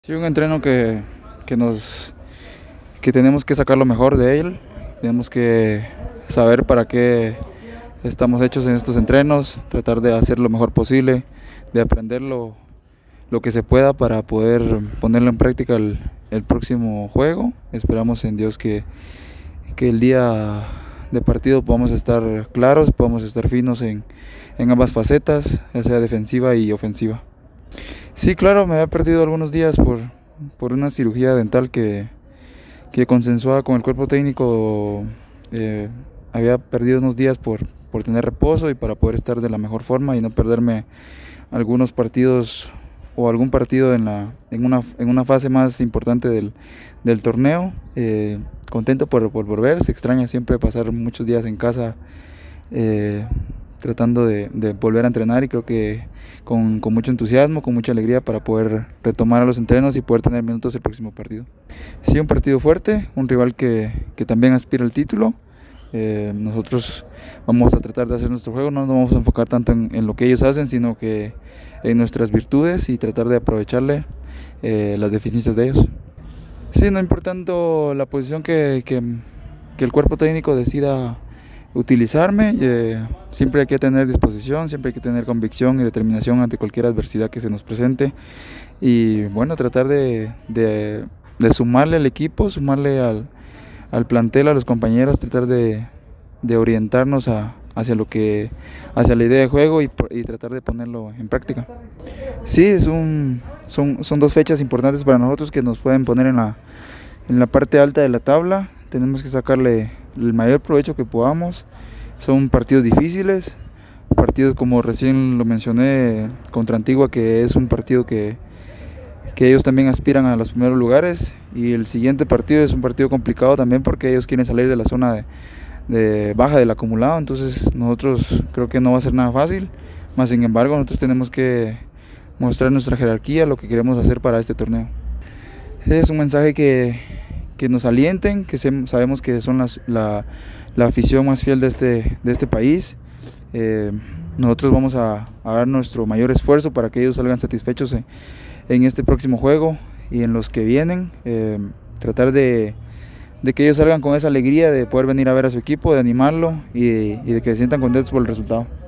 Sí, un entreno que tenemos que sacar lo mejor de él, tenemos que saber para qué estamos hechos en estos entrenos, tratar de hacer lo mejor posible, de aprender lo que se pueda para poder ponerlo en práctica el próximo juego. Esperamos en Dios que el día de partido podamos estar claros, podamos estar finos en ambas facetas, ya sea defensiva y ofensiva. Sí, claro, me había perdido algunos días por una cirugía dental que consensuada con el cuerpo técnico. Había perdido unos días por tener reposo y para poder estar de la mejor forma y no perderme algunos partidos o algún partido en una fase más importante del torneo. Contento por volver, se extraña siempre pasar muchos días en casa tratando de volver a entrenar, y creo que con mucho entusiasmo, con mucha alegría para poder retomar a los entrenos y poder tener minutos el próximo partido. Sí, un partido fuerte, un rival que también aspira al título. Nosotros vamos a tratar de hacer nuestro juego, no nos vamos a enfocar tanto en lo que ellos hacen, sino que en nuestras virtudes y tratar de aprovecharle las deficiencias de ellos. Sí, no importando la posición que el cuerpo técnico decida utilizarme, siempre hay que tener disposición, siempre hay que tener convicción y determinación ante cualquier adversidad que se nos presente, y bueno, tratar de sumarle al equipo, sumarle al plantel, a los compañeros, tratar de orientarnos hacia la idea de juego y tratar de ponerlo en práctica. Sí, son dos fechas importantes para nosotros que nos pueden poner en la parte alta de la tabla. Tenemos que sacarle el mayor provecho que podamos. Son partidos difíciles, partidos como recién lo mencioné contra Antigua, que es un partido que ellos también aspiran a los primeros lugares, y el siguiente partido es un partido complicado también porque ellos quieren salir de la zona de baja del acumulado. Entonces nosotros creo que no va a ser nada fácil, más sin embargo nosotros tenemos que mostrar nuestra jerarquía, lo que queremos hacer para este torneo. Es un mensaje que nos alienten, que sabemos que son la afición más fiel de este país. Nosotros vamos a dar nuestro mayor esfuerzo para que ellos salgan satisfechos en este próximo juego y en los que vienen. Tratar de que ellos salgan con esa alegría de poder venir a ver a su equipo, de animarlo y de que se sientan contentos por el resultado.